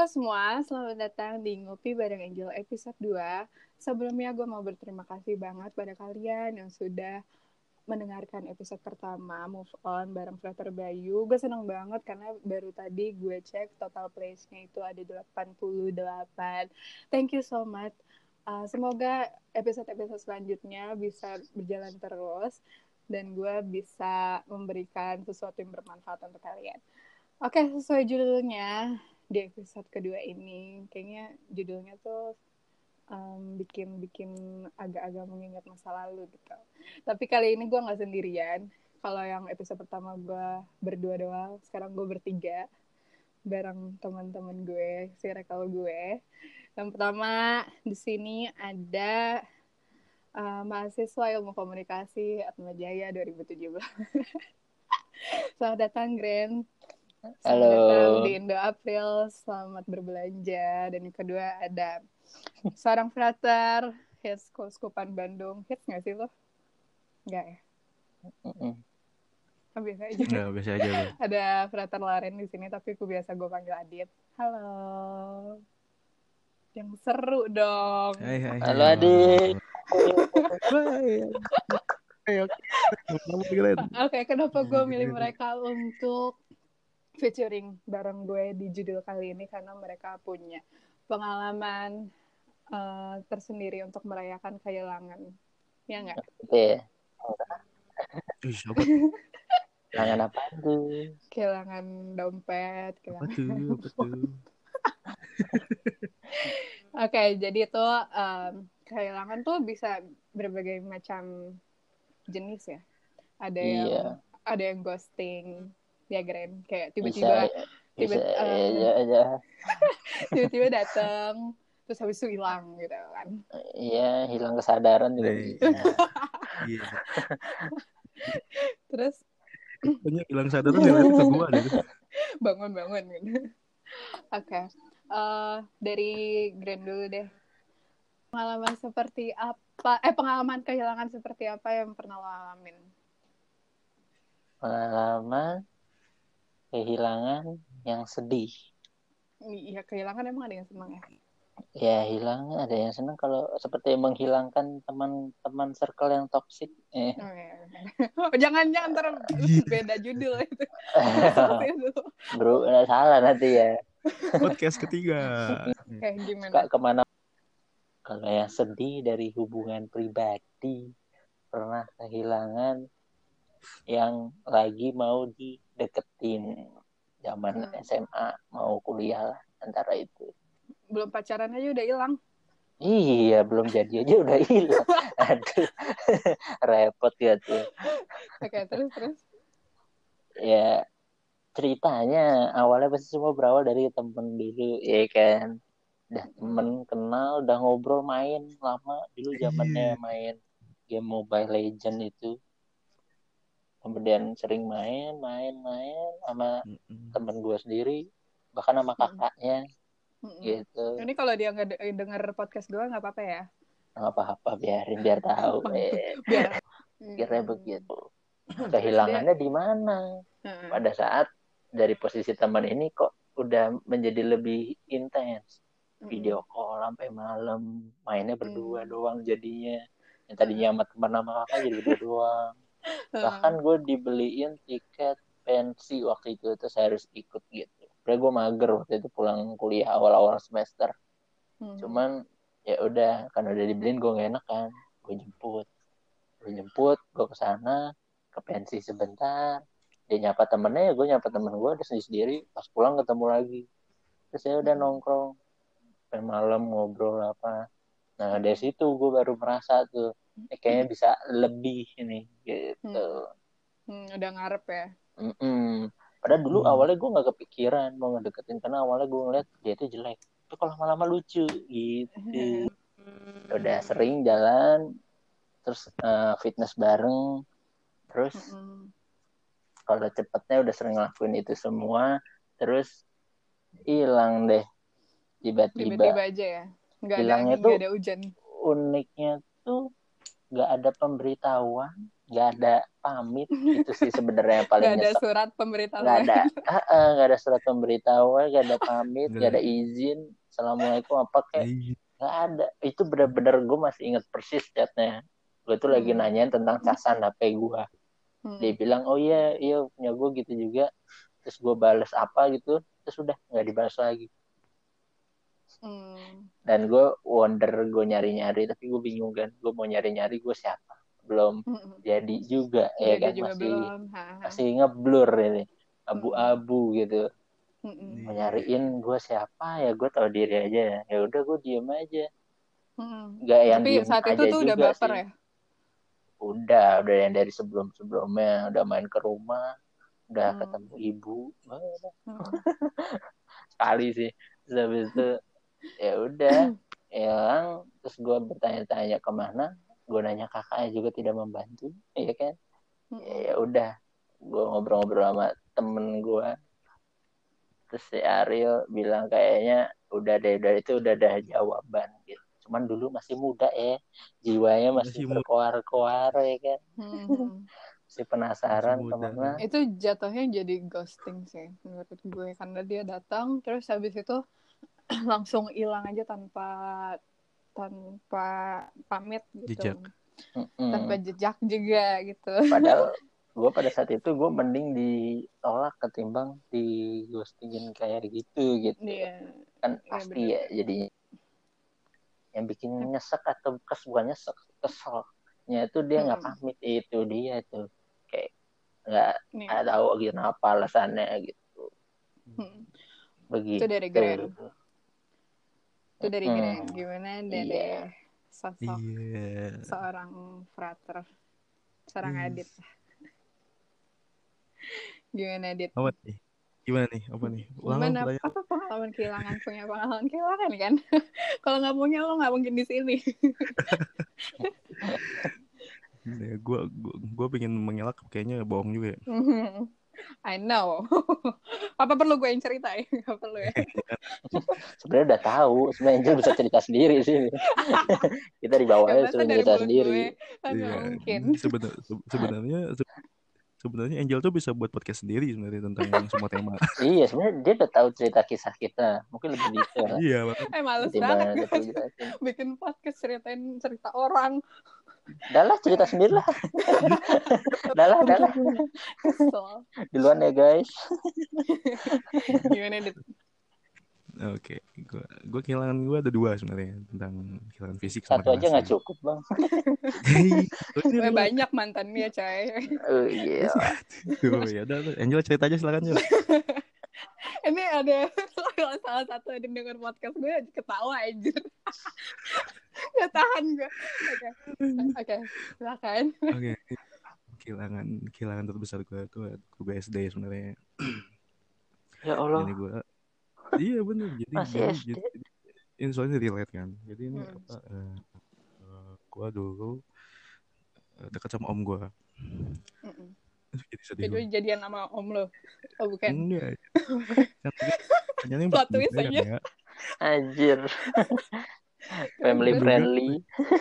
Halo semua, selamat datang di Ngopi Bareng Angel episode 2. Sebelumnya gue mau berterima kasih banget pada kalian yang sudah mendengarkan episode pertama Move On bareng Frater Bayu. Gue seneng banget karena baru tadi gue cek total plays-nya itu ada 88. Thank you so much. Semoga episode-episode selanjutnya bisa berjalan terus dan gue bisa memberikan sesuatu yang bermanfaat untuk kalian. Oke, sesuai judulnya di episode kedua ini, kayaknya judulnya tuh bikin agak-agak mengingat masa lalu gitu. Tapi kali ini gue nggak sendirian. Kalau yang episode pertama gue berdua doang, sekarang gue bertiga bareng teman-teman gue, circle gue. Yang pertama di sini ada mahasiswa ilmu komunikasi Atma Jaya 2017. Selamat datang, Grand. Selamat datang di Indo April, selamat berbelanja. Dan yang kedua ada seorang frater hits Kuskupan Bandung. Hits gak sih lo? Enggak ya? Biasa aja. Nggak, biasa aja lo. Ada frater Laren di sini, tapi biasa gue panggil Adit. Halo. Yang seru dong. Hai. Halo Adik. Oke, kenapa gue milih mereka untuk featuring bareng gue di judul kali ini? Karena mereka punya pengalaman tersendiri untuk merayakan kehilangan. Ya nggak? Iya. Siapa? Kehilangan apa tuh? Kehilangan dompet. Apa tuh? Oke, jadi itu kehilangan tuh bisa berbagai macam jenis ya. Ada yang ghosting, ya Gren, kayak tiba-tiba tiba-tiba datang terus habis itu hilang gitu kan. Iya, hilang kesadaran juga bisa. Iya. Terus banyak hilang kesadaran ya ke gua deh. bangun gitu. Oke. Dari Grand dulu deh. Pengalaman seperti apa? Pengalaman kehilangan seperti apa yang pernah lo alamin? Pengalaman kehilangan yang sedih. Iya, kehilangan emang ada yang senang ya? Ya, hilang ada yang senang kalau seperti menghilangkan teman-teman circle yang toksik. Jangan ntar beda judul itu. Bro, nggak salah nanti ya. Podcast ketiga. Kayak gimana? Suka kemana? Kalau yang sedih dari hubungan pribadi, pernah kehilangan yang lagi mau dideketin zaman SMA mau kuliah lah, antara itu. Belum pacaran aja udah hilang. Iya, belum jadi aja udah hilang. Aduh, repot ya tuh. Oke, terus? Ya, ceritanya awalnya pasti semua berawal dari temen dulu, ya kan. Udah temen kenal, udah ngobrol, main lama. Dulu zamannya main game Mobile Legend itu. Kemudian sering main sama temen gue sendiri, bahkan sama kakaknya. Gitu. Ini kalau dia nggak denger podcast gue nggak apa-apa ya? Nggak apa-apa, biar tahu. Biar. Kira begitu. Kehilangannya di mana? Pada saat dari posisi teman ini kok udah menjadi lebih intens. Video call sampai malam, mainnya berdua doang jadinya. Yang tadinya sama teman sama kakak jadi berdua doang. Bahkan gue dibeliin tiket pensi waktu itu, terus harus ikut gitu. Padahal gue mager waktu itu pulang kuliah awal-awal semester. Cuman ya udah, kan udah dibeliin, gue gak enak kan. Gue jemput, gue kesana, ke pensi sebentar. Dia nyapa temennya, ya gue nyapa temen gue, terus sendiri. Pas pulang ketemu lagi. Terus ya udah nongkrong. Sampai malam ngobrol apa. Nah dari situ gue baru merasa tuh, kayaknya bisa lebih ini gitu. Udah ngarep ya. Padahal dulu awalnya gue nggak kepikiran mau ngedeketin, karena awalnya gue ngeliat dia tuh jelek, tapi kalau lama-lama lucu gitu. Udah sering jalan, terus fitness bareng, terus kalau cepetnya udah sering ngelakuin itu semua, terus hilang deh tiba-tiba aja ya. Nggak hilangnya ada angin, nggak ada hujan. Uniknya tuh nggak ada pemberitahuan, nggak ada pamit. Itu sih sebenarnya yang paling Nggak ada nyesek. surat pemberitahuan. Nggak ada surat pemberitahuan, nggak ada pamit, nggak ada izin. Assalamualaikum apa kayak nggak ada. Itu benar-benar gue masih ingat persis chatnya. Gue tuh lagi nanyain tentang casan HP gue. Dia bilang, oh iya punya gue gitu juga. Terus gue balas apa gitu, terus udah nggak dibalas lagi. Dan gue gue nyari-nyari, tapi gue bingung kan, gue mau nyari-nyari gue siapa, belum jadi juga ya kan, juga masih ngeblur ini, abu-abu gitu. Mau nyariin gue siapa ya, gue tahu diri aja ya udah gue diem aja. Gak yang tapi diem saat itu aja tuh juga udah baper sih. ya? Udah yang dari sebelumnya udah main ke rumah, udah ketemu ibu sekali sih. Terus habis itu ya udah hilang. Terus gue bertanya-tanya kemana, gue nanya kakaknya juga tidak membantu, ya kan. Ya udah, gue ngobrol-ngobrol sama temen gue, terus si Ariel bilang kayaknya udah ada jawaban gitu. Cuman dulu masih muda ya, jiwanya masih berkoar-koar ya kan. Masih penasaran kemana. Itu jatuhnya jadi ghosting sih menurut gue, karena dia datang terus habis itu langsung hilang aja tanpa pamit gitu, jejak. Tanpa jejak juga gitu. Padahal gue pada saat itu gue mending ditolak ketimbang di ghostingin kayak gitu. Kan pasti ya jadinya yang bikin nyesek atau bukan nyesek, keselnya itu dia nggak pamit. Itu dia tuh kayak nggak tahu kenapa alasannya gitu. Begitu. Itu dari Grand. Gimana dari sosok seorang frater, seorang Adit. Gimana Adit? Gimana nih? Gimana? Apa pengalaman kehilangan? Punya pengalaman kehilangan kan? Kalau nggak punya lo nggak mungkin di sini. Gue pengen mengelak, kayaknya bohong juga ya. I know. Apa perlu gue yang ceritain? Gak perlu ya. Sebenarnya udah tahu. Sebenarnya Angel bisa cerita sendiri sih. Kita di bawahnya suruh cerita sendiri. Iya. Mungkin. Sebenarnya Angel tuh bisa buat podcast sendiri sebenarnya tentang semua tema. Iya, sebenarnya dia udah tahu cerita kisah kita. Mungkin lebih detail. Iya, males banget bikin podcast ceritain cerita orang. Dah cerita sendiri lah. Dah. Duluan ya guys. Gimana Dit? Oke, gue kehilangan gue ada 2 sebenarnya, tentang kehilangan fisik. Satu aja nggak cukup bang. Banyak mantannya coy. Oh iya. Ya udah, Angel cerita aja silakan Jo. Ini ada salah satu yang denger podcast gue ketawa aja. Gak tahan gue. Oke, silakan. Oke. Kehilangan terbesar gue tuh gue SD sebenarnya. Ya Allah. Jadi gue, iya bener. Jadi ini soalnya relate kan. Jadi ini gue dulu dekat sama om gue. Jadi jadian sama om lo? Oh bukan? Enggak. Plot twist aja. Ya. Anjir. Family friendly.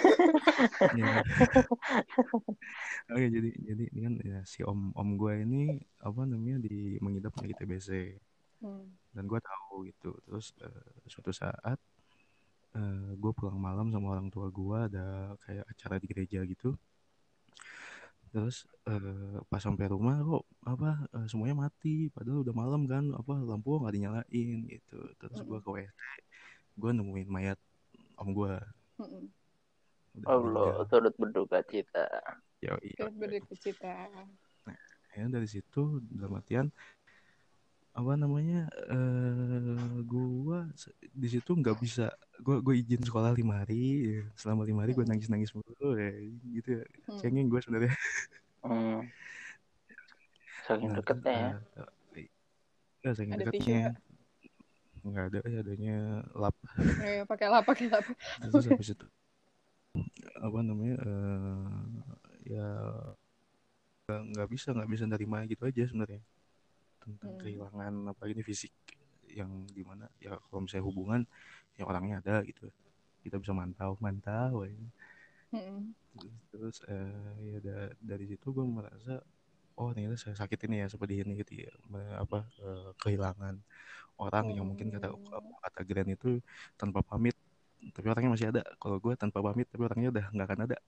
Oke, jadi ini kan ya, si om gue ini mengidap penyakit TBC. Dan gue tahu gitu. Terus suatu saat gue pulang malam sama orang tua gue, ada kayak acara di gereja gitu. Terus pas sampai rumah kok semuanya mati, padahal udah malam kan, lampu nggak dinyalain gitu. Terus gue ke WC, gue nemuin mayat om gue. Allah, turut berduka cita. Turut berduka cita. Nah, ya dari situ dalam artian gue di situ nggak bisa, gue izin sekolah 5 hari, selama 5 hari gue nangis mulu gitu ya. Cengeng gue sebenarnya. Saking deketnya ya. Saking deketnya. Nggak ada, adanya lap. Pakai lap. Terus habis itu ya nggak bisa nerima gitu aja sebenarnya tentang kehilangan ini fisik, yang dimana ya kalau misalnya hubungan ya orangnya ada gitu, kita bisa mantau ya. Terus ya dari situ gue merasa oh ternyata saya sakit ini ya seperti ini gitu ya, kehilangan orang yang mungkin kata Glenn itu tanpa pamit tapi orangnya masih ada. Kalau gue tanpa pamit tapi orangnya udah nggak akan ada.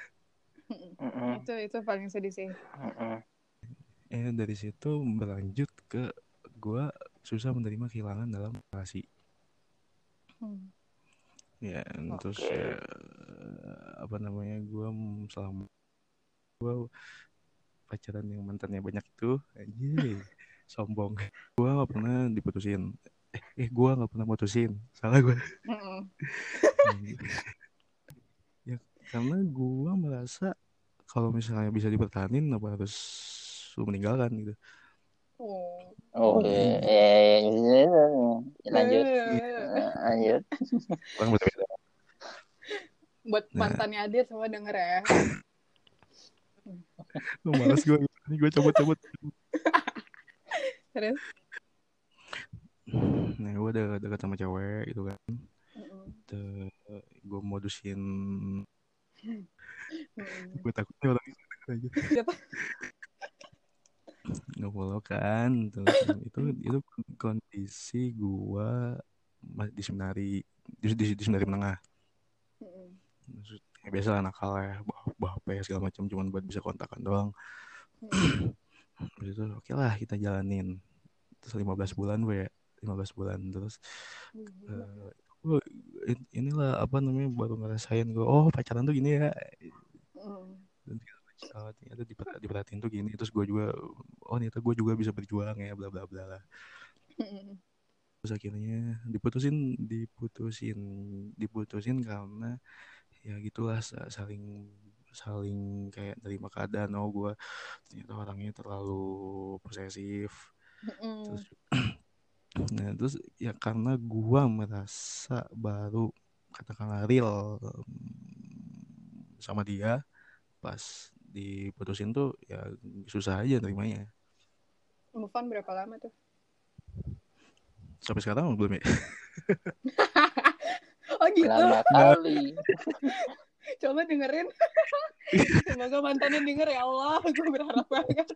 Itu paling sedih sih. Dari situ berlanjut ke gue susah menerima kehilangan dalam relasi. Ya terus ya gue selama gue pacaran yang mantannya banyak itu aja sombong. Gue nggak pernah diputusin. Gue nggak pernah mutusin, salah gue. Ya karena gue merasa kalau misalnya bisa dipertahanin apa harus lu meninggalkan gitu. Lanjut. Orang berbeda. Buat mantannya Adit semua denger ya. Males gue, ini gue cabut. Terus? Nah gue udah dekat sama cewek gitu kan. Gue modusin. Gue takutnya orang itu denger aja. Nggak follow kan. Terus itu kondisi gue di seminari menengah. Ya biasa nakal ya, bawa HP segala macam cuman buat bisa kontakan doang. Terus itu oke lah kita jalanin. Terus 15 bulan terus inilah baru ngerasain gue pacaran tuh gini ya. Dan ternyata diperhatiin tuh gini. Terus gue juga ternyata gue juga bisa berjuang ya bla bla bla lah. Terus akhirnya diputusin karena ya gitulah saling kayak nerima keadaan. Gue ternyata orangnya terlalu posesif. Terus ya karena gue merasa baru katakanlah real sama dia, pas diputusin tuh ya susah aja nerimanya. Move on berapa lama tuh? Sampai sekarang belum ya? Oh gitu? Lama kali. Coba dengerin. Semoga mantannya denger ya Allah. Gue berharap banget.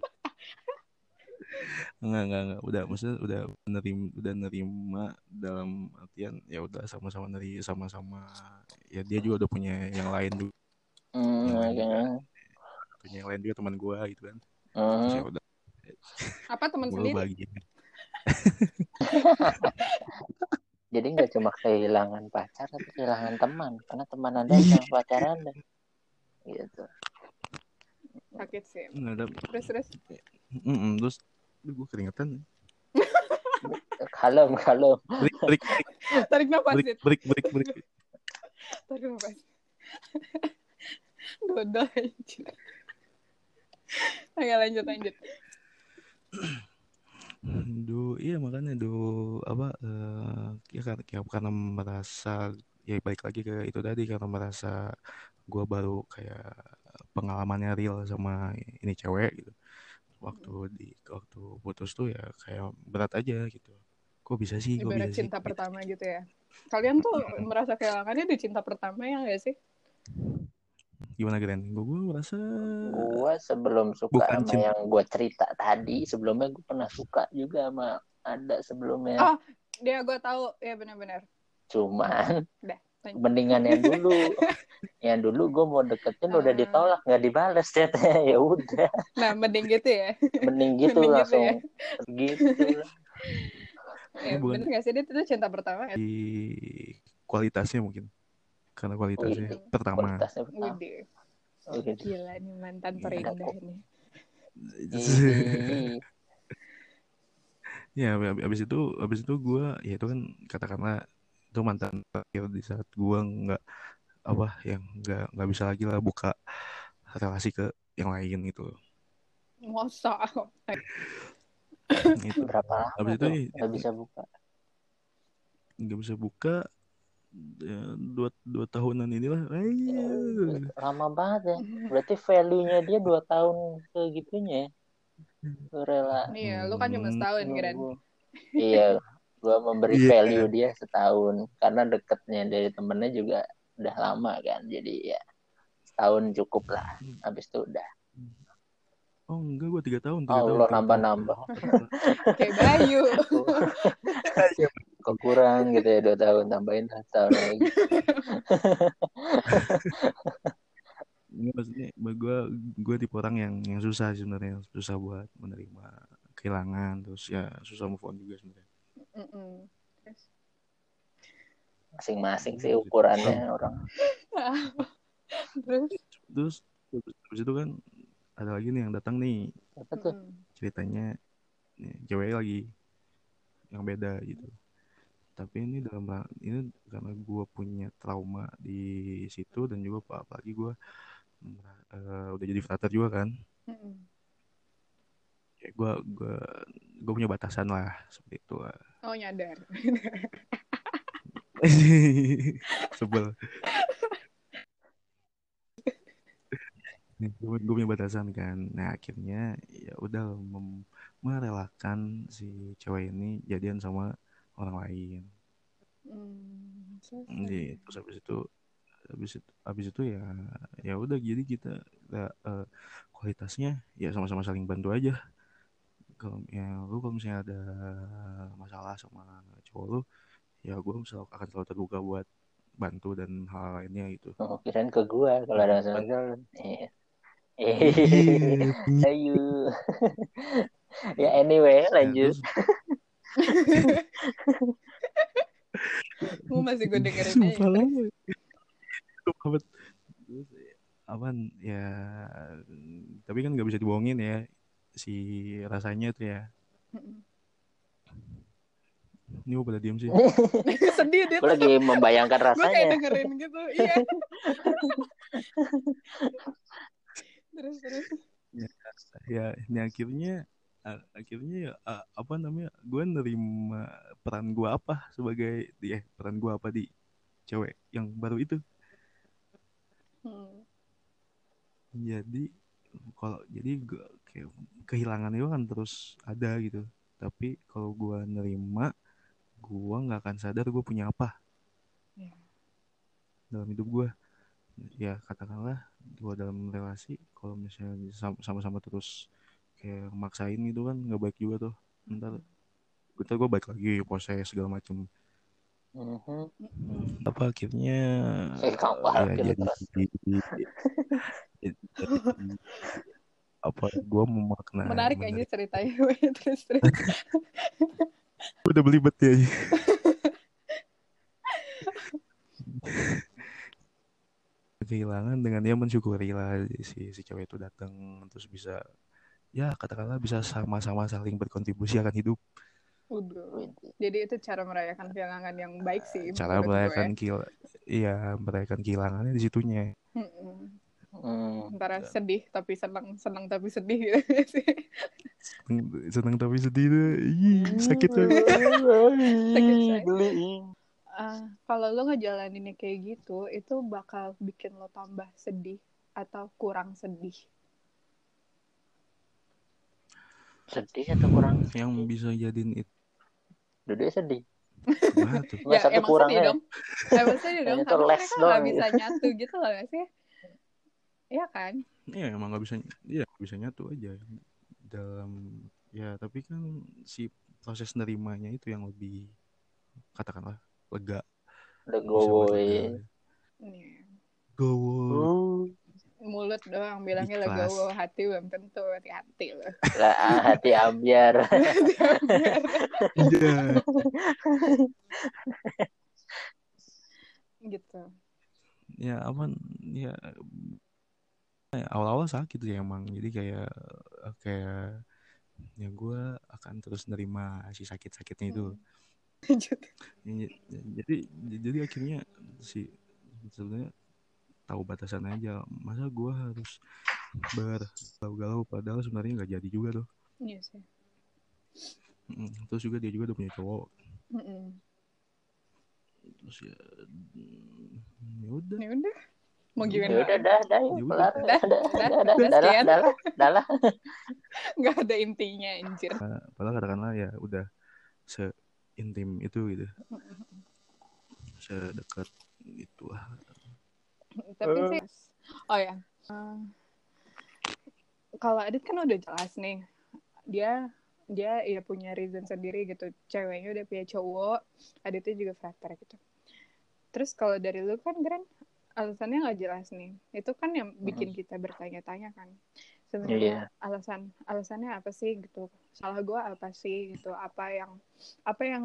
Enggak. Maksudnya udah nerima dalam artian ya udah sama-sama ya dia juga udah punya yang lain juga. Punya yang lain juga teman gue gitu kan. Terus ya udah. Apa teman sendiri? Bahagia. Jadi nggak cuma kehilangan pacar tapi kehilangan teman, karena teman Anda sama pacar Anda gitu. Sakit sih. Terus terus gue keringetan. Kalem break tarik nafas. Break tarik nafas. Dodol aja. Ayo lanjut. Iya makanya karena merasa ya balik lagi ke itu tadi, karena merasa gue baru kayak pengalamannya real sama ini cewek gitu. Waktu putus tuh ya kayak berat aja gitu. Kok bisa sih? Ibarat cinta pertama gitu ya. Kalian tuh merasa kehilangannya di cinta pertama ya nggak sih? Gimana Glenn? Gue merasa sebelum suka sama cinta yang gue cerita tadi, sebelumnya gue pernah suka juga sama ada sebelumnya. Oh, dia gue tahu ya benar-benar. Cuman mendingan yang dulu. Yang dulu gue mau deketin udah ditolak, nggak dibales chatnya, ya udah. Nah, mending gitu ya. Mending gitu langsung gitu. Bener nggak sih, dia itu cinta pertama ya? Di kualitasnya mungkin. Karena kualitasnya pertama. Gila nih mantan terindah ini. Ya abis itu gue ya itu kan katakanlah itu mantan terakhir di saat gue nggak bisa lagi lah buka relasi ke yang lain gitu. Masa? Itu berapa lama? Abis itu nggak bisa buka ya, 2 tahunan inilah. Lama banget ya. Berarti value-nya dia 2 tahun segitunya ya. Rela. Iya, lu kan cuma setahun kan. Iya, gue memberi value dia setahun karena deketnya dari temennya juga udah lama kan. Jadi ya tahun cukup lah. Habis itu udah. Oh enggak, gue 3 tahun. Allah, nambah-nambah. Kayak Bayu. Kok kurang gitu ya 2 tahun, tambahin 1 tahun lagi. Maksudnya gue tipe orang yang susah sebenarnya, susah buat menerima kehilangan, terus ya susah move on juga sebenarnya. Masing-masing sih ukurannya orang. Terus habis itu kan ada lagi nih yang datang nih. Apa tuh? Ceritanya cewek lagi yang beda gitu. Tapi ini karena gue punya trauma di situ, dan juga apalagi gue udah jadi frater juga kan. Ya gue punya batasan lah seperti itu. Oh, nyadar. Sebel. Gue punya batasan kan. Nah akhirnya ya udah merelakan si cewek ini jadian sama orang lain. Jadi terus habis itu ya udah, jadi kita kualitasnya ya sama-sama saling bantu aja. Kalau misalnya ada masalah sama cowok lu, ya gue akan selalu terbuka buat bantu dan hal lainnya gitu. Oh, kirain ke gue kalau ada masalah. Ayo. Ya anyway, lanjut. Gue masih gue dengerin aja. Apaan ya, tapi kan nggak bisa dibohongin ya si rasanya tuh ya. Ini gue pada diem sih. Sedih dia. Gue lagi membayangkan rasanya. Gue kayak dengerin gitu. Iya. Terus. Ya ini akhirnya ya apa namanya, gue nerima peran gue apa sebagai peran gue apa di cewek yang baru itu. Jadi kehilangan itu kan terus ada gitu. Tapi kalau gue nerima, gue nggak akan sadar gue punya apa dalam hidup gue. Ya katakanlah gue dalam relasi, kalau misalnya sama-sama terus kayak maksain gitu kan nggak baik juga tuh. Ntar gue balik lagi proses segala macem. Apa akhirnya ya jadi apa, gue memaknai menarik aja ceritanya. Terus udah belibet ya. Kehilangan dengan dia mensyukuri lah si cewek itu datang, terus bisa ya katakanlah bisa sama-sama saling berkontribusi akan hidup. Jadi itu cara merayakan kehilangan yang baik sih. Cara merayakan merayakan kehilangannya di situnya. Antara sedih tapi senang tapi sedih gitu sih. Senang tapi sedih tuh. Sakit sakit. Kalau lo ngejalaninnya kayak gitu, itu bakal bikin lo tambah sedih atau kurang sedih? Sedih atau kurang? Yang bisa jadiin itu. Dua-duanya sedih. Gimana tuh? Ya emang sedih dong. Emang sedih dong. Karena mereka nggak bisa nyatu gitu loh gak sih? Iya kan? Iya emang nggak bisa nyatu aja dalam tapi kan si proses nerimanya itu yang lebih katakanlah lega. Legowo. Gowo. Mulut doang bilangnya legowo, hati belum tentu, hati-hati loh. Lah hati ambiar. Iya. Gitu. Ya aman ya. Awal-awal sakit sih emang, jadi kayak ya gue akan terus nerima si sakit-sakitnya itu. Jadi akhirnya sebenarnya tahu batasan aja. Masa gue harus bergalau-galau padahal sebenarnya nggak jadi juga tuh. Iya sih. Terus juga dia juga udah punya cowok. Terus ya udah. Mau gimana? Dah. Nggak ada intinya anjir. Padahal katakanlah ya udah seintim itu gitu. Sedekat itu lah. Tapi sih Oh ya, kalau Adit kan udah jelas nih, dia ya punya reason sendiri gitu, ceweknya udah punya cowok, Aditnya juga flatter gitu. Terus kalau dari lu kan Gran, alasannya nggak jelas nih, itu kan yang bikin kita bertanya-tanya kan, sebenarnya alasannya apa sih gitu, salah gue apa sih gitu, apa yang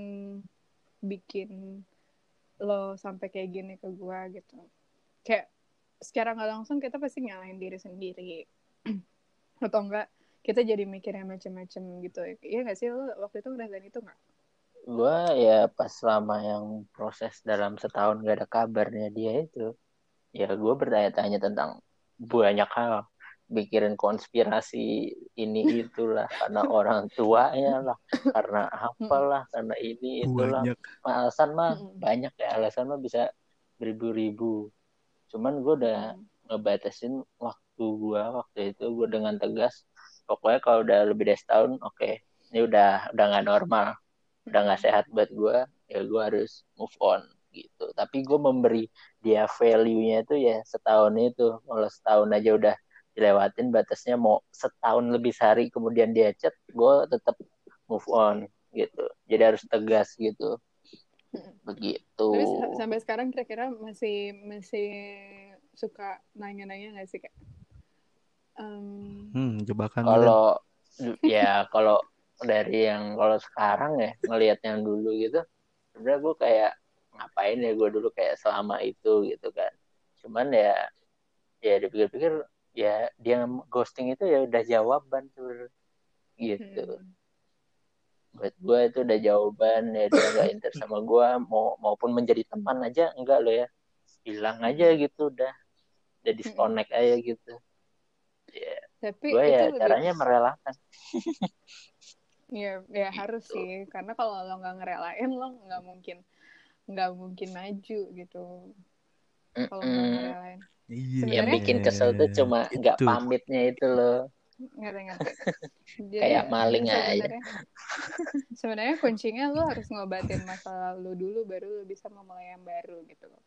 bikin lo sampai kayak gini ke gue gitu. Kayak secara nggak langsung kita pasti nyalahin diri sendiri atau enggak kita jadi mikirnya macam-macam gitu. Iya nggak sih, lo waktu itu ngerasain itu nggak? Gue ya pas selama yang proses dalam setahun gak ada kabarnya dia itu, ya gue bertanya-tanya tentang banyak hal, mikirin konspirasi ini itulah, karena orang tuanya lah, karena apalah, karena ini itulah. Alasan mah banyak ya, alasan mah bisa beribu-ribu. Cuman gue udah ngebatasin waktu itu gue dengan tegas, pokoknya kalau udah lebih dari setahun, oke, ini udah nggak normal, udah nggak sehat buat gue, ya gue harus move on gitu. Tapi gue memberi dia value-nya itu ya setahun itu. Kalau setahun aja udah dilewatin batasnya, mau setahun lebih sehari kemudian dia chat, gue tetap move on gitu. Jadi harus tegas gitu. Begitu. Tapi sampai sekarang kira-kira masih suka nanya-nanya nggak sih kayak jebakan kalau ya kalau dari yang kalau sekarang ya ngelihat yang dulu gitu, udah gue kayak ngapain ya gue dulu kayak selama itu gitu kan. Cuman ya dipikir-pikir ya dia ghosting itu ya udah jawaban sebenarnya gitu. Buat gue itu udah jawaban, ya dia nggak interest sama gue, maupun menjadi teman aja enggak lo ya, hilang aja gitu, udah disconnect aja gitu ya. Tapi Gue ya itu caranya merelakan. ya gitu. Harus sih, karena kalau lo nggak ngerelain lo nggak mungkin maju gitu kalau nggak ngerelain. Yang bikin kesel tuh cuma nggak pamitnya itu loh. Ngerti. Jadi Kayak maling aja. Sebenarnya kuncinya lo harus ngobatin masa lalu dulu, baru lo bisa memulai yang baru gitu loh.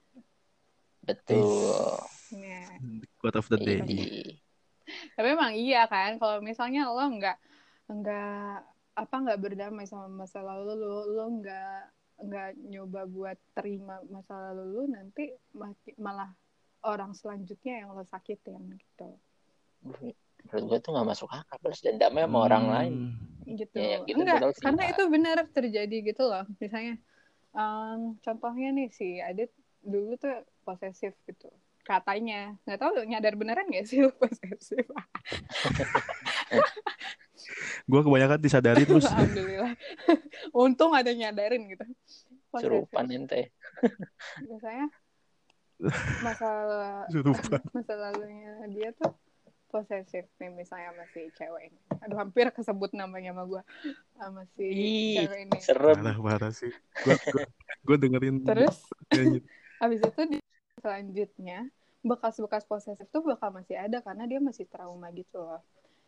Betul. Quote of the day. Tapi emang iya kan, kalau misalnya lo nggak berdamai sama masa lalu lo nggak nyoba buat terima masa lalu lo, nanti malah orang selanjutnya yang lo sakitin gitu. Menurut gue tuh nggak masuk akal, balas dendamnya sama orang lain gitu. Ya, gitu enggak, karena itu benar terjadi gitu loh. Misalnya contohnya nih, si Adit dulu tuh posesif gitu katanya, nggak tahu nyadar beneran nggak sih lo posesif. Gue kebanyakan disadari terus. Alhamdulillah. Untung ada nyadarin gitu. Serupan ente. Biasanya masa lalunya dia tuh posesif nih, misalnya masih cewek ini. Aduh, hampir kesebut namanya sama gue. Masih cewek ini. Serem. Parah sih. Gue dengerin. Terus habis itu selanjutnya bekas-bekas posesif tuh bakal masih ada karena dia masih trauma gitu loh.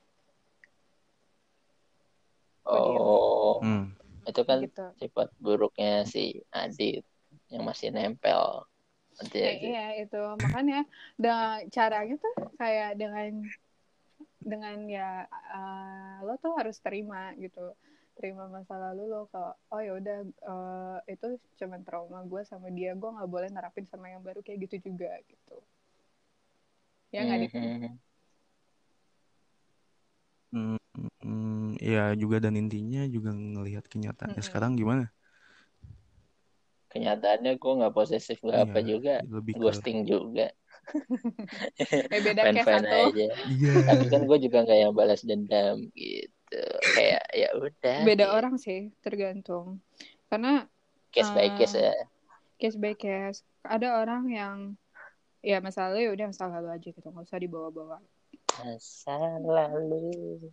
Itu kan gitu. Sifat buruknya si Adit yang masih nempel. Iya itu, makanya caranya tuh kayak dengan ya lo tuh harus terima gitu, terima masa lalu lo, kalau oh ya udah itu cuma trauma gue sama dia, gue nggak boleh nerapin sama yang baru kayak gitu juga gitu ya nggak Dit? Ya juga, dan intinya juga ngelihat kenyataannya sekarang gimana. Kenyataannya gue nggak posesif nggak apa juga, ghosting juga. Beda Fan-fan aja. Tapi kan gue juga nggak yang balas dendam gitu, kayak ya udah. Beda gitu. Orang sih, tergantung, karena case by case ya. Case by case. Ada orang yang ya masa lalu ya udah masa lalu aja gitu, nggak usah dibawa-bawa. Masa lalu.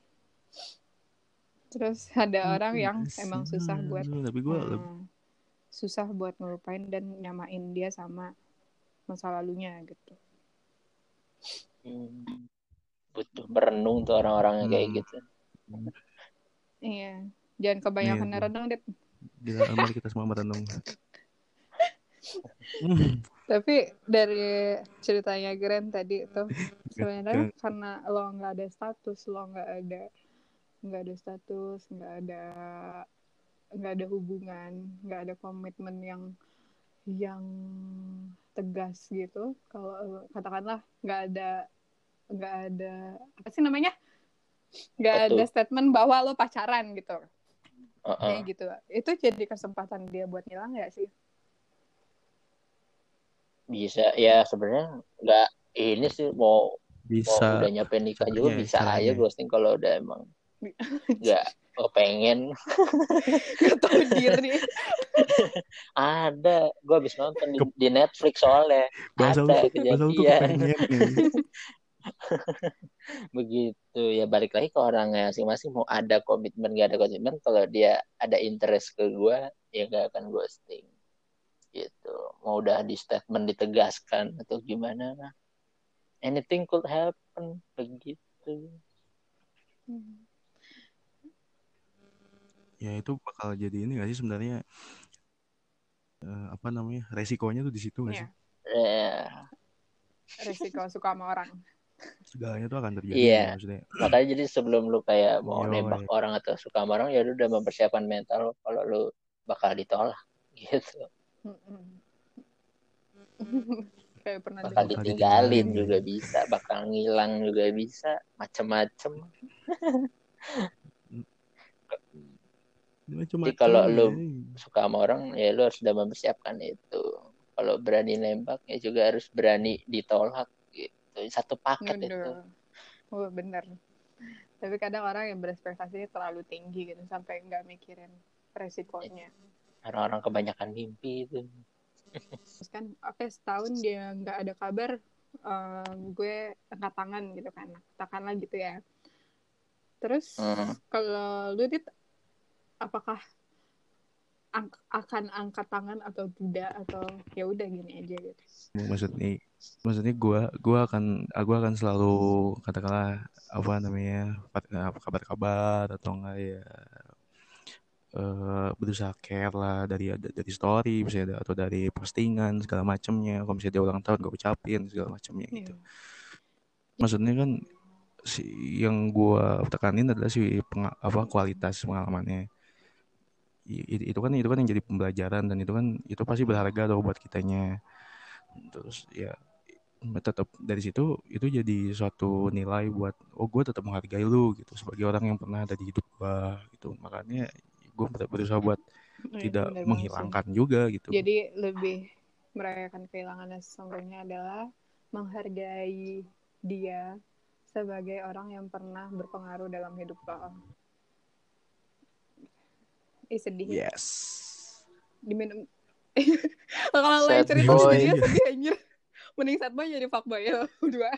Terus ada orang yang emang susah buat susah buat ngelupain dan nyamain dia sama masa lalunya gitu. Butuh merenung tuh orang-orang kayak gitu. Iya, jangan kebanyakan merenung, Dit. Mari kita semua merenung. Tapi dari ceritanya Grand tadi itu sebenarnya karena lo nggak ada status, lo nggak ada status, nggak ada hubungan, nggak ada komitmen yang tegas gitu. Kalau katakanlah nggak ada apa sih namanya, nggak ada statement bahwa lo pacaran gitu, kayak gitu. Itu jadi kesempatan dia buat ngilang nggak sih? Bisa ya, sebenarnya nggak ini sih, mau udah nyampe nikah juga bisa aja ghosting kalau udah emang nggak pengen. Nggak tahu diri. Ada, gue habis nonton di Netflix soalnya ada kejadian. Begitu ya, balik lagi ke orangnya masing-masing, mau ada komitmen nggak ada komitmen. Kalau dia ada interest ke gue ya nggak akan ghosting gitu. Mau udah di statement ditegaskan atau gimana, anything could happen begitu. Ya itu bakal jadi ini nggak sih sebenarnya, apa namanya, resikonya tuh di situ nggak sih? Resiko suka sama orang. Segalanya tuh akan terjadi. Iya. Maksudnya. Makanya jadi sebelum lu kayak mau nembak orang atau suka sama orang, ya lu udah mempersiapkan mental kalau lu bakal ditolak gitu. Kayak pernah bakal ditinggalin juga bisa, bakal ngilang juga bisa, macem-macem. Jadi kalau lu suka sama orang ya lu harus sudah mempersiapkan itu. Kalau berani nembak ya juga harus berani ditolak gitu. Satu paket itu. Oh, bener. Tapi kadang orang yang berekspektasinya terlalu tinggi gitu sampai nggak mikirin resikonya. Orang-orang kebanyakan mimpi itu. Terus kan setahun dia nggak ada kabar, gue angkat tangan gitu kan, katakanlah gitu ya. Terus kalau lu Dit, apakah akan angkat tangan atau tidak, atau ya udah gini aja gitu? Maksudnya gue akan selalu katakanlah apa namanya, kabar-kabar atau enggak ya, berusaha care lah dari story misalnya, atau dari postingan segala macamnya. Kalau misalnya dia ulang tahun gue ucapin segala macamnya gitu. Maksudnya kan yang gue tekanin adalah kualitas pengalamannya. Itu kan yang jadi pembelajaran, dan itu pasti berharga tuh buat kitanya. Terus ya tetap dari situ itu jadi suatu nilai buat gue tetap menghargai lu gitu sebagai orang yang pernah ada di hidup gue gitu. Makanya gue berusaha buat tidak menghilangkan juga gitu. Jadi lebih merayakan kehilangannya sesungguhnya adalah menghargai dia sebagai orang yang pernah berpengaruh dalam hidup lo. Sedih ya? Yes. Diminum. Kalau yang cerita jadinya sedih anjir. Mending sad boy jadi fuckboy ya berdua.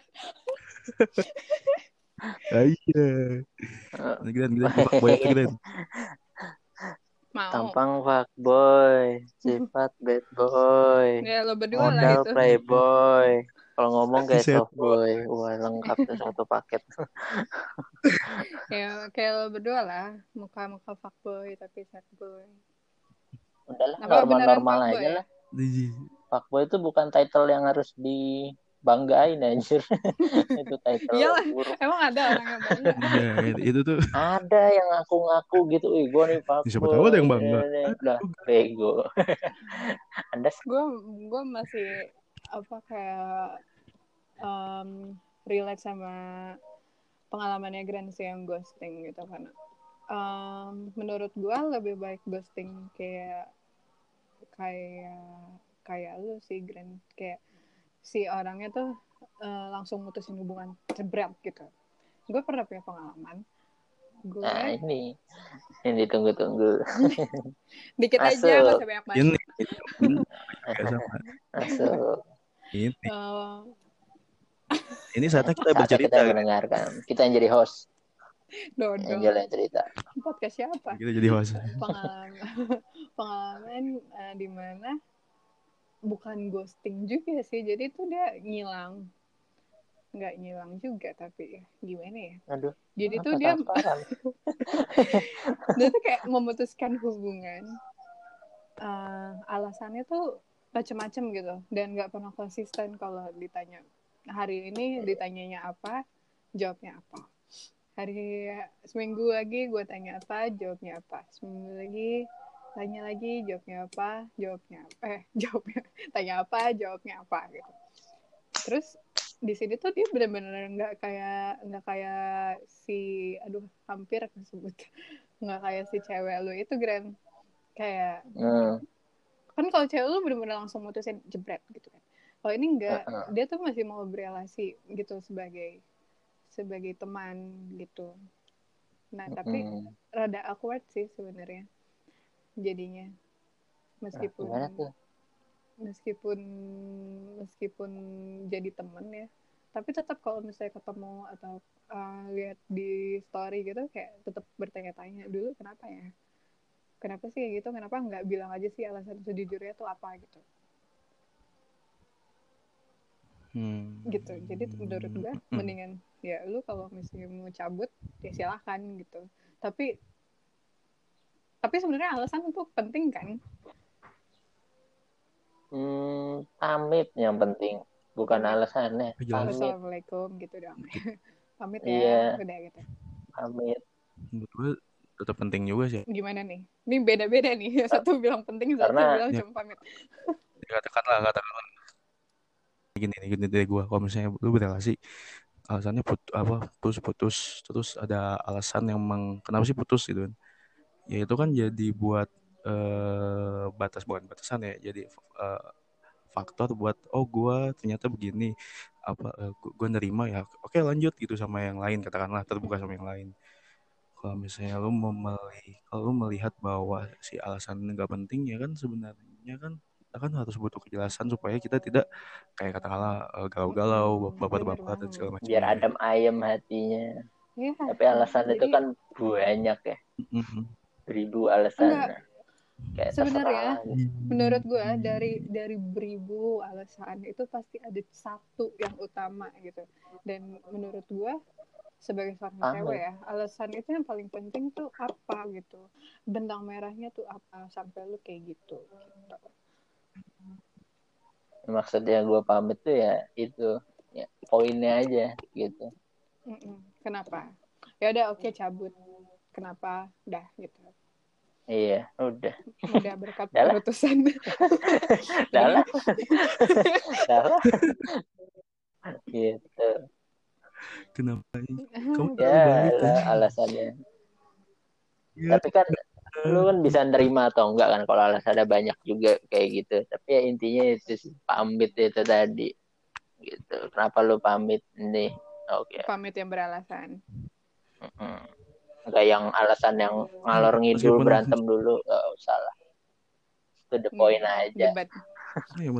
Iya. Gila fuckboy apa Glen? Mau. Tampang fuckboy, sifat bad boy, ya, lo berdua modal lah itu. Playboy. Kalau ngomong kayak soft boy, wah lengkap tuh satu paket. Ya kayak lo berdua lah, muka fuckboy tapi sad boy. Udahlah, normal-normal aja lah. Fuckboy itu bukan title yang harus dibanggain anjir. Itu title iyalah, buruk. emang ada orang yang bangga. Iya, itu tuh. Ada yang ngaku-ngaku gitu, gue nih fuckboy. Siapa tahu ada yang bangga. Udah, bego. Anda gue masih kayak relate sama pengalamannya Grand sih yang ghosting gitu, karena menurut gue lebih baik ghosting kayak lu sih Grand, kayak si orangnya tuh langsung mutusin hubungan jebret gitu. Gue pernah punya pengalaman. Nah ini ditunggu-tunggu. Dikit aja, nggak usah banyak-banyak. Masuk. Ini saatnya kita bercerita. Kita mendengarkan. Kita yang jadi host. Angel yang cerita. Podcast siapa? Kita jadi host. Pengalaman di mana bukan ghosting juga sih. Jadi itu dia ngilang. Nggak ngilang juga, tapi gimana ya? Aduh. Jadi tuh dia tuh kayak memutuskan hubungan. Alasannya tuh macem-macem gitu dan nggak pernah konsisten. Kalau ditanya hari ini ditanyanya apa, jawabnya apa. Hari seminggu lagi gue tanya apa, jawabnya apa. Seminggu lagi tanya lagi, jawabnya apa, jawabnya tanya apa, jawabnya apa gitu. Terus di sini tuh dia benar-benar nggak kayak si hampir aku sebut nggak kayak si cewek lu itu, Gran. Kayak kan kalau cewek lu benar-benar langsung mutusin jebret gitu kan. Kalau ini enggak, dia tuh masih mau berelasi gitu sebagai teman gitu. Nah, tapi rada awkward sih sebenarnya jadinya. Meskipun jadi temen ya, tapi tetap kalau misalnya ketemu atau lihat di story gitu kayak tetap bertanya-tanya dulu kenapa sih kayak gitu, kenapa nggak bilang aja sih alasan sejujurnya tuh apa gitu. Gitu. Jadi menurut gue mendingan ya lu kalau misalnya mau cabut ya silahkan gitu. Tapi sebenarnya alasan itu penting kan? Pamit yang penting, bukan alasannya. Pamit. Assalamualaikum gitu dong. Pamit ya. Iya. Udah gitu. Pamit. Menurut gue tetap penting juga sih. Gimana nih? Ini beda-beda nih. Satu bilang penting, satu bilang cuma pamit. Katakanlah gini dari gue, kalau misalnya lu berrelasi alasannya putus terus ada alasan yang memang kenapa sih putus gitu kan, ya itu kan jadi buat bukan batasan ya, jadi faktor buat gue ternyata begini gue nerima ya, oke lanjut gitu sama yang lain, katakanlah terbuka sama yang lain. Kalau misalnya lu melihat bahwa si alasan nggak penting, ya kan sebenarnya kan kita kan harus butuh kejelasan supaya kita tidak kayak katakanlah galau-galau, baper-baper dan segala macam. Biar adem ayem hatinya. Ya, tapi alasan itu kan banyak ya. Beribu alasan. Sebenarnya menurut gue dari beribu alasan itu pasti ada satu yang utama gitu. Dan menurut gue sebagai seorang cewek ya, alasan itu yang paling penting tuh apa gitu, benang merahnya tuh apa sampai lu kayak gitu. Maksudnya gue pamit tuh ya itu ya poinnya aja gitu. Kenapa? Ya udah oke, cabut. Kenapa? Udah gitu. Iya, udah berkat keputusan. Dalah. Gitu. Kenapa? Kamu ya alasannya. Ya. Tapi kan lu kan bisa nerima atau enggak kan kalau alasannya banyak juga kayak gitu. Tapi ya intinya itu sih, pamit itu tadi. Gitu. Kenapa lu pamit nih? Oke. Pamit yang beralasan. Enggak yang alasan yang ngalor ngidul berantem dulu, enggak usah lah. To the point aja. Ya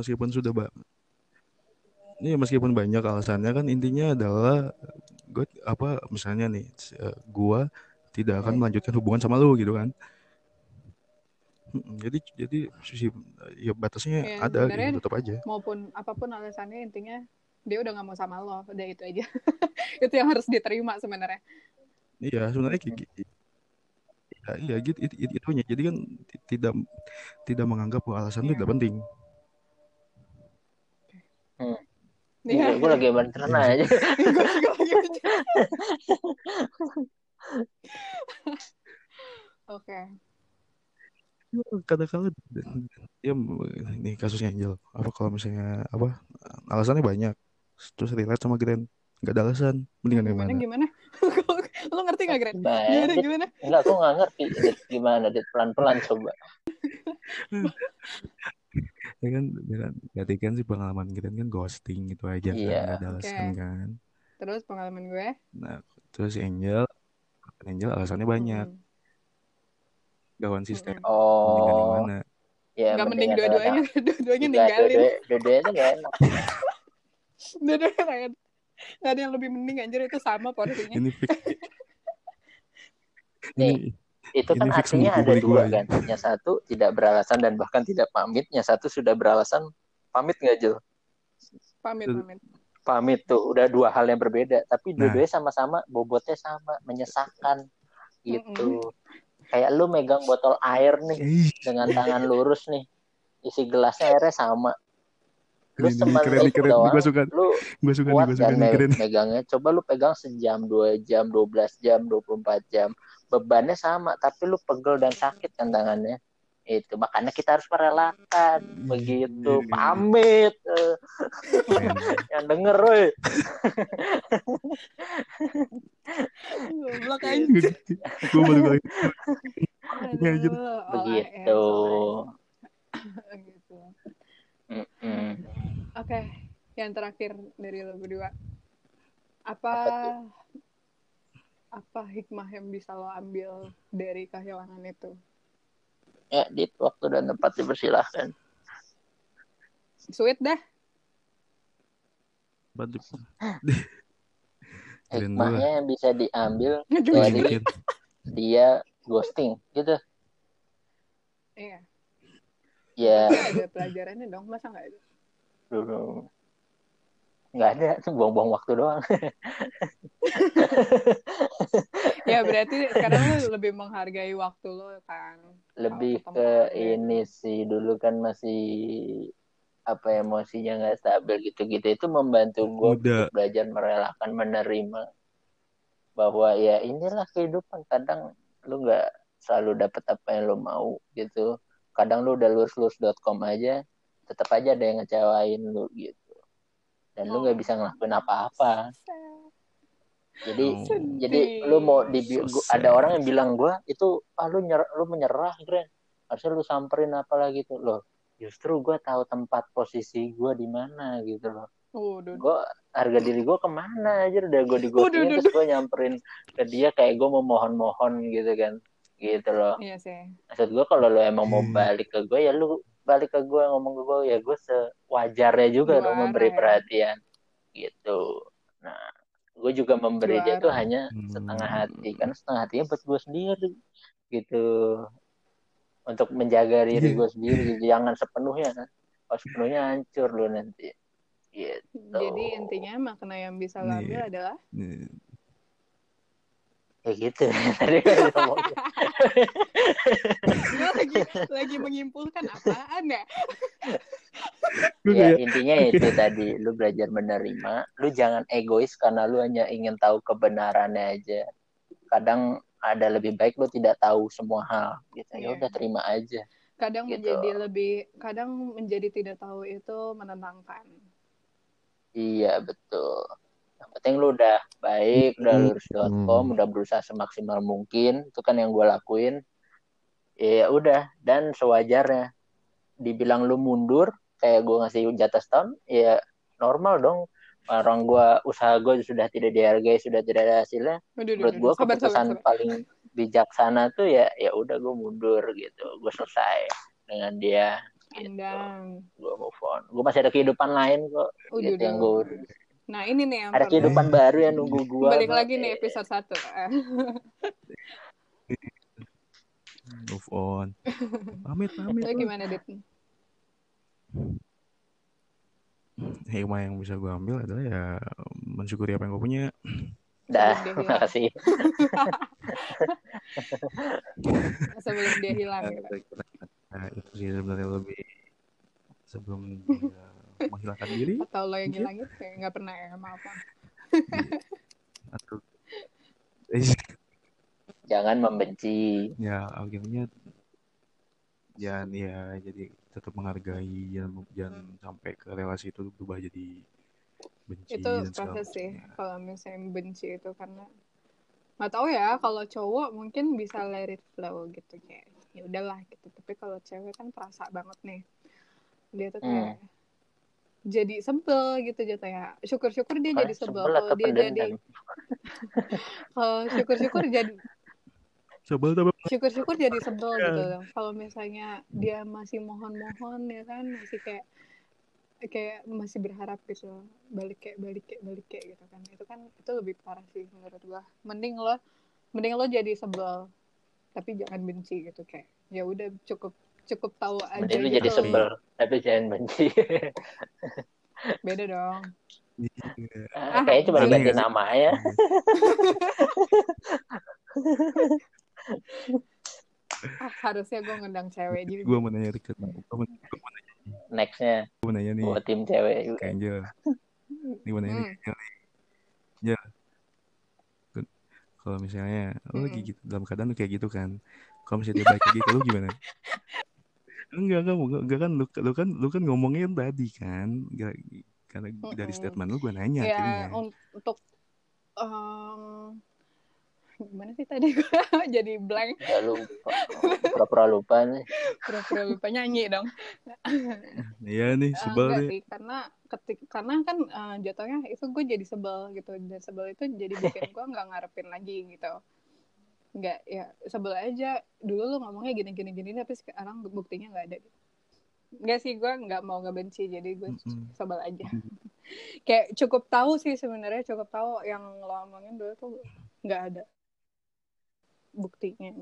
meskipun banyak alasannya kan intinya adalah gue misalnya nih gue tidak akan melanjutkan hubungan sama lu gitu kan. Jadi ya batasnya ya, ada gitu, tetap aja. Maupun apapun alasannya, intinya dia udah nggak mau sama lo, udah itu aja. Itu yang harus diterima sebenarnya. Iya sebenarnya kayak gitu. Iya gitu itunya. Jadi kan tidak menganggap bahwa alasan itu tidak penting. Iya, gue lagi mencerna aja. Gue juga lagi mencerna. Oke. Kadang-kadang dia ini kasusnya Angel. Kalau misalnya alasannya banyak, terus relate sama Grand, nggak ada alasan, mendingan gimana? Lo ngerti nggak, Grand? Gimana? Enggak, aku nggak ngerti. Gimana? Pelan-pelan coba. Ya kan berarti kan sih pengalaman kita kan ghosting gitu aja kan, nggak ada alasan kan. Terus pengalaman gue? Nah terus Angel alasannya banyak, gak konsisten. Mendingan yang mana? Ya, nggak mending dua-duanya ninggalin. Dua-duanya tuh gak enak. Dua-duanya gak enak. Gak ada yang lebih mending, anjir, itu sama porsinya. Nih, itu kan artinya ada dua kan. Yang satu tidak beralasan dan bahkan tidak pamit. Yang satu sudah beralasan. Pamit gak, Jul? Pamit tuh udah dua hal yang berbeda. Tapi dua-duanya sama-sama, bobotnya sama, menyesakan gitu. Kayak lu megang botol air nih dengan tangan lurus nih. isi gelasnya airnya sama. Lu Ini keren. doang, gue suka kuat kan megangnya. Coba lu pegang sejam, 2 jam, 12 jam, 24 jam. Bebannya sama, tapi lu pegel dan sakit kan tangannya. Itu makanya kita harus merelakan. Begitu. Pamit. Yang denger, woy. Goblok aja. Gue baru kali. Begitu. Gitu. Oke, yang terakhir dari lo berdua. Apa hikmah yang bisa lo ambil dari kehilangan itu? Ya, di waktu dan tempat dipersilahkan. Sweet dah. Hikmahnya bisa diambil dari dia ghosting gitu. Iya. Ya. Ada pelajarannya dong, masa nggak ada? Nggak ada, buang-buang waktu doang. Ya berarti sekarang lo lebih menghargai waktu lo kan? Lebih ke ini sih, dulu kan masih emosinya nggak stabil gitu-gitu, itu membantu gue untuk belajar merelakan, menerima bahwa ya inilah kehidupan. Kadang lu nggak selalu dapet apa yang lu mau gitu. Kadang lu udah lurus.com aja, tetap aja ada yang ngecewain lu gitu, dan lu nggak bisa ngelakuin apa-apa. Jadi lu mau ada orang yang bilang gue itu lu menyerah, Gren. Harusnya lu samperin apalah gitu loh. Justru gue tahu tempat posisi gue di mana gitu loh. Gue harga diri gue kemana aja udah gue digostingin, terus gue nyamperin ke dia kayak gue mau mohon gitu kan, gitu loh. Iya sih. Maksud gue kalau lu emang mau balik ke gue ya lu balik ke gue, ngomong ke gue ya gue sewajarnya juga dong memberi perhatian gitu. Nah, gue juga memberi dia tuh hanya setengah hati, karena setengah hatinya buat gue sendiri gitu, untuk menjaga diri gue sendiri gitu. Jangan sepenuhnya kan, kalau sepenuhnya hancur lu nanti gitu. Jadi intinya makna yang bisa lo ambil adalah kayak gitu. Tadi gue ngomong gue lagi menyimpulkan apaan ya? Ya intinya itu tadi, lu belajar menerima, lu jangan egois karena lu hanya ingin tahu kebenarannya aja. Kadang ada lebih baik lu tidak tahu semua hal gitu. Ya udah terima aja. Kadang gitu. kadang menjadi tidak tahu itu menenangkan. Iya betul. Yang penting lu udah baik, udah lurus.com, udah berusaha semaksimal mungkin, itu kan yang gue lakuin. Ya udah, dan sewajarnya. Dibilang lu mundur, kayak gue ngasih jatah setahun, ya normal dong. Orang usaha gue sudah tidak dihargai, sudah tidak ada hasilnya. Menurut gue keputusan paling bijaksana tuh ya udah gue mundur gitu, gue selesai dengan dia. Gitu. Gue move on. Gue masih ada kehidupan lain kok. Gitu yang gue. Nah ini nih yang ada kehidupan baru yang nunggu gue. Balik lagi nih episode 1. Move on. Pamit. Lo gimana, Dit? Hikmah yang bisa gue ambil adalah ya mensyukuri apa yang gue punya. Dah, makasih. Sebelum dia hilang. Nah, itu sih sebenarnya lebih sebelum menghilangkan diri. Atau lo yang hilangin kayak nggak pernah ya, maaf. Atau jangan membenci. Ya akhirnya jangan ya jadi tetap menghargai, jangan sampai ke relasi itu berubah jadi benci. Itu proses sih kalau misalnya benci itu, karena nggak tahu ya, kalau cowok mungkin bisa let it flow gitu, kayak ya udahlah gitu. Tapi kalau cewek kan perasa banget nih, dia tuh kayak jadi sebel gitu jatuhnya. Syukur-syukur dia jadi sebel. Kalau dia jadi kalau syukur-syukur jadi syukur-syukur jadi sebel gitu. Kalau misalnya dia masih mohon-mohon ya kan, masih kayak masih berharap gitu, balik kayak gitu kan. Itu lebih parah sih menurut gua. Mending lo jadi sebel tapi jangan benci gitu, kayak ya udah cukup tahu aja. Mending gitu. Jadi sebel tapi jangan benci. Beda dong. Kayaknya cuma diganti nama ya. Harusnya gue ngundang cewek juga. Gue mau nanya nextnya gue nanya nih buat tim cewek juga. Kayak Angel ini gue nanya nih Angel, kalau misalnya lo lagi gitu dalam keadaan kayak gitu kan, kalau misalnya dia balik lagi ke lo gimana? Enggak kan lu kan ngomongin tadi kan, enggak, karena dari statement lu gue nanya ya, akhirnya. Untuk gimana sih tadi gue jadi blank. Udah lupa, pura-pura lupa nih. Pura-pura lupa nyanyi dong. Iya nih sebel enggak nih. Sih, karena kan jatuhnya itu gue jadi sebel gitu, dan sebel itu jadi bikin gue nggak ngarepin lagi gitu. Nggak, ya sebel aja, dulu lu ngomongnya gini tapi sekarang buktinya nggak ada. Nggak sih, gue nggak mau ngebenci, jadi gue sebel aja. Kayak cukup tahu sih sebenarnya, cukup tahu yang lo ngomongin dulu tuh nggak ada buktinya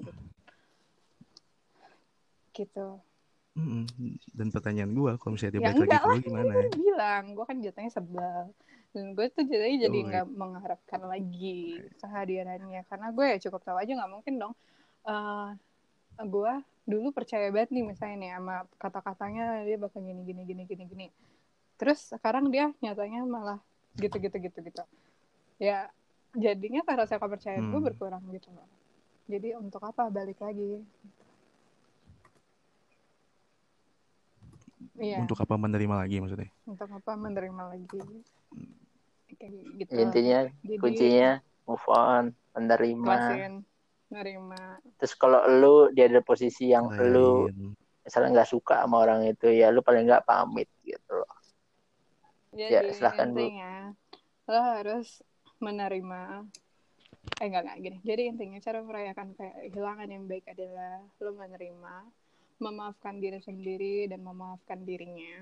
gitu. Dan pertanyaan gue, kalau misalnya dia ya balik lagi ke lo gimana? Gue bilang, gue kan jatuhnya sebel, dan gue tuh jadi nggak mengharapkan lagi kehadirannya, karena gue ya cukup tahu aja nggak mungkin dong. Gue dulu percaya banget nih misalnya nih sama kata-katanya dia bakal gini. Terus sekarang dia nyatanya malah gitu. Ya jadinya rasa kepercayaan gue berkurang gitu loh. Jadi untuk apa balik lagi? Iya. Untuk apa menerima lagi maksudnya? Untuk apa menerima lagi? Kayak gitu. Intinya kuncinya move on, menerima. Terus kalau lu dia ada posisi yang lu misalnya nggak suka sama orang itu, ya lu paling nggak pamit gitu loh. Jadi ya, silahkan intinya lo harus menerima. Enggak gini. Jadi intinya cara merayakan kehilangan yang baik adalah lo menerima, memaafkan diri sendiri dan memaafkan dirinya.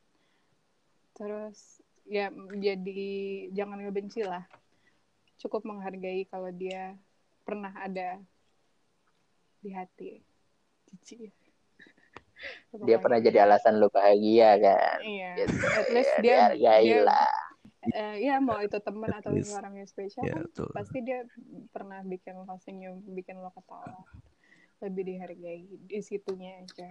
Terus ya jadi jangan ngebenci lah. Cukup menghargai kalau dia pernah ada di hati. Cici. Dia pernah jadi alasan lu bahagia kan? Iya. Gitu. At least dia hargailah. Ya mau itu teman atau orang yang spesial ya, kan, pasti dia pernah bikin lo senyum, bikin lo ketawa. Lebih dihargai di situnya aja.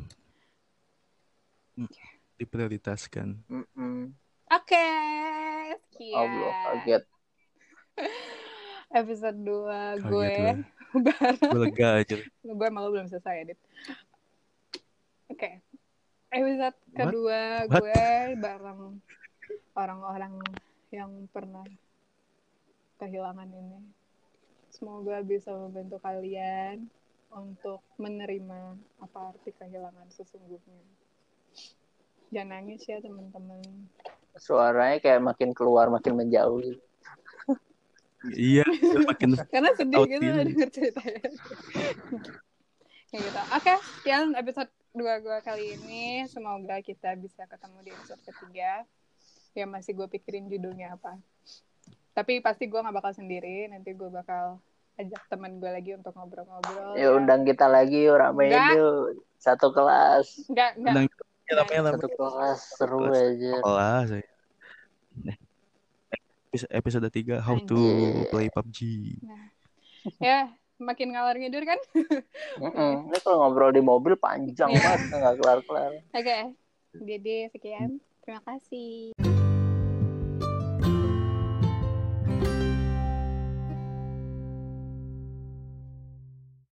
Diprioritaskan. Oke, sekian. Allah, kaget. Episode 2 gue gue lega aja. Gue malu belum selesai edit. Oke. Episode kedua gue bareng orang-orang yang pernah kehilangan ini. Semoga bisa membantu kalian untuk menerima apa arti kehilangan sesungguhnya. Jangan nangis ya teman-teman. Suaranya kayak makin keluar, makin menjauh gitu. Iya, makin karena sedih gitu denger ceritanya. Kayak gitu. Oke, sekian episode 2 gue kali ini. Semoga kita bisa ketemu di episode ketiga. Ya masih gue pikirin judulnya apa. Tapi pasti gue gak bakal sendiri. Nanti gue bakal ajak teman gue lagi untuk ngobrol-ngobrol. Ya undang kita lagi yuk, ramein yuk. Satu kelas. Enggak. Satu kelas, seru aja. Kelas ya. Episode 3 How to Play PUBG. Nah. Ya, makin ngalor ngidur kan? Ini kalau ngobrol di mobil panjang banget, nggak kelar-kelar. Oke. Jadi sekian. Terima kasih.